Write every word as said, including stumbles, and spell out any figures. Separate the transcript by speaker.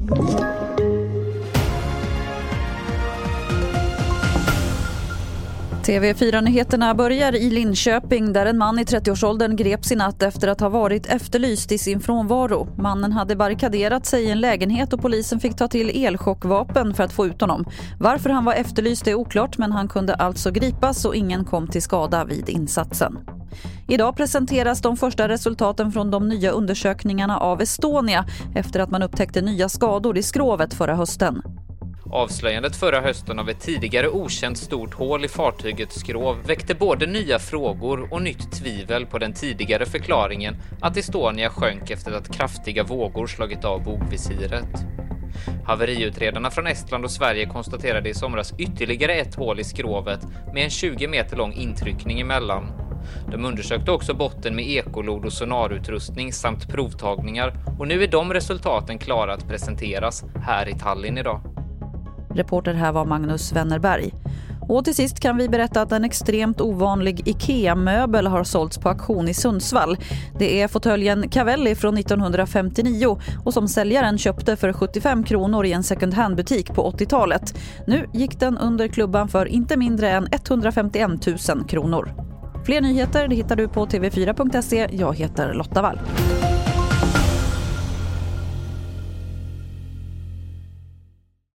Speaker 1: T V fyra-nyheterna börjar i Linköping där en man i trettioårsåldern greps i natt efter att ha varit efterlyst i sin frånvaro. Mannen hade barrikaderat sig i en lägenhet och polisen fick ta till elchockvapen för att få ut honom. Varför han var efterlyst är oklart, men han kunde alltså gripas och ingen kom till skada vid insatsen. Idag presenteras de första resultaten från de nya undersökningarna av Estonia efter att man upptäckte nya skador i skrovet förra hösten.
Speaker 2: Avslöjandet förra hösten av ett tidigare okänt stort hål i fartygets skrov väckte både nya frågor och nytt tvivel på den tidigare förklaringen att Estonia sjönk efter att kraftiga vågor slagit av bogvisiret. Haveriutredarna från Estland och Sverige konstaterade i somras ytterligare ett hål i skrovet med en tjugo meter lång intryckning emellan. De undersökte också botten med ekolod och sonarutrustning samt provtagningar, och nu är de resultaten klara att presenteras här i Tallinn idag.
Speaker 1: Reporter här var Magnus Wennerberg. Och till sist kan vi berätta att en extremt ovanlig IKEA-möbel har sålts på auktion i Sundsvall. Det är fåtöljen Cavelli från nittonhundrafemtionio och som säljaren köpte för sjuttiofem kronor i en second hand-butik på åttiotalet. Nu gick den under klubban för inte mindre än etthundrafemtioen tusen kronor. Fler nyheter det hittar du på t v fyra punkt se. Jag heter Lotta Wall.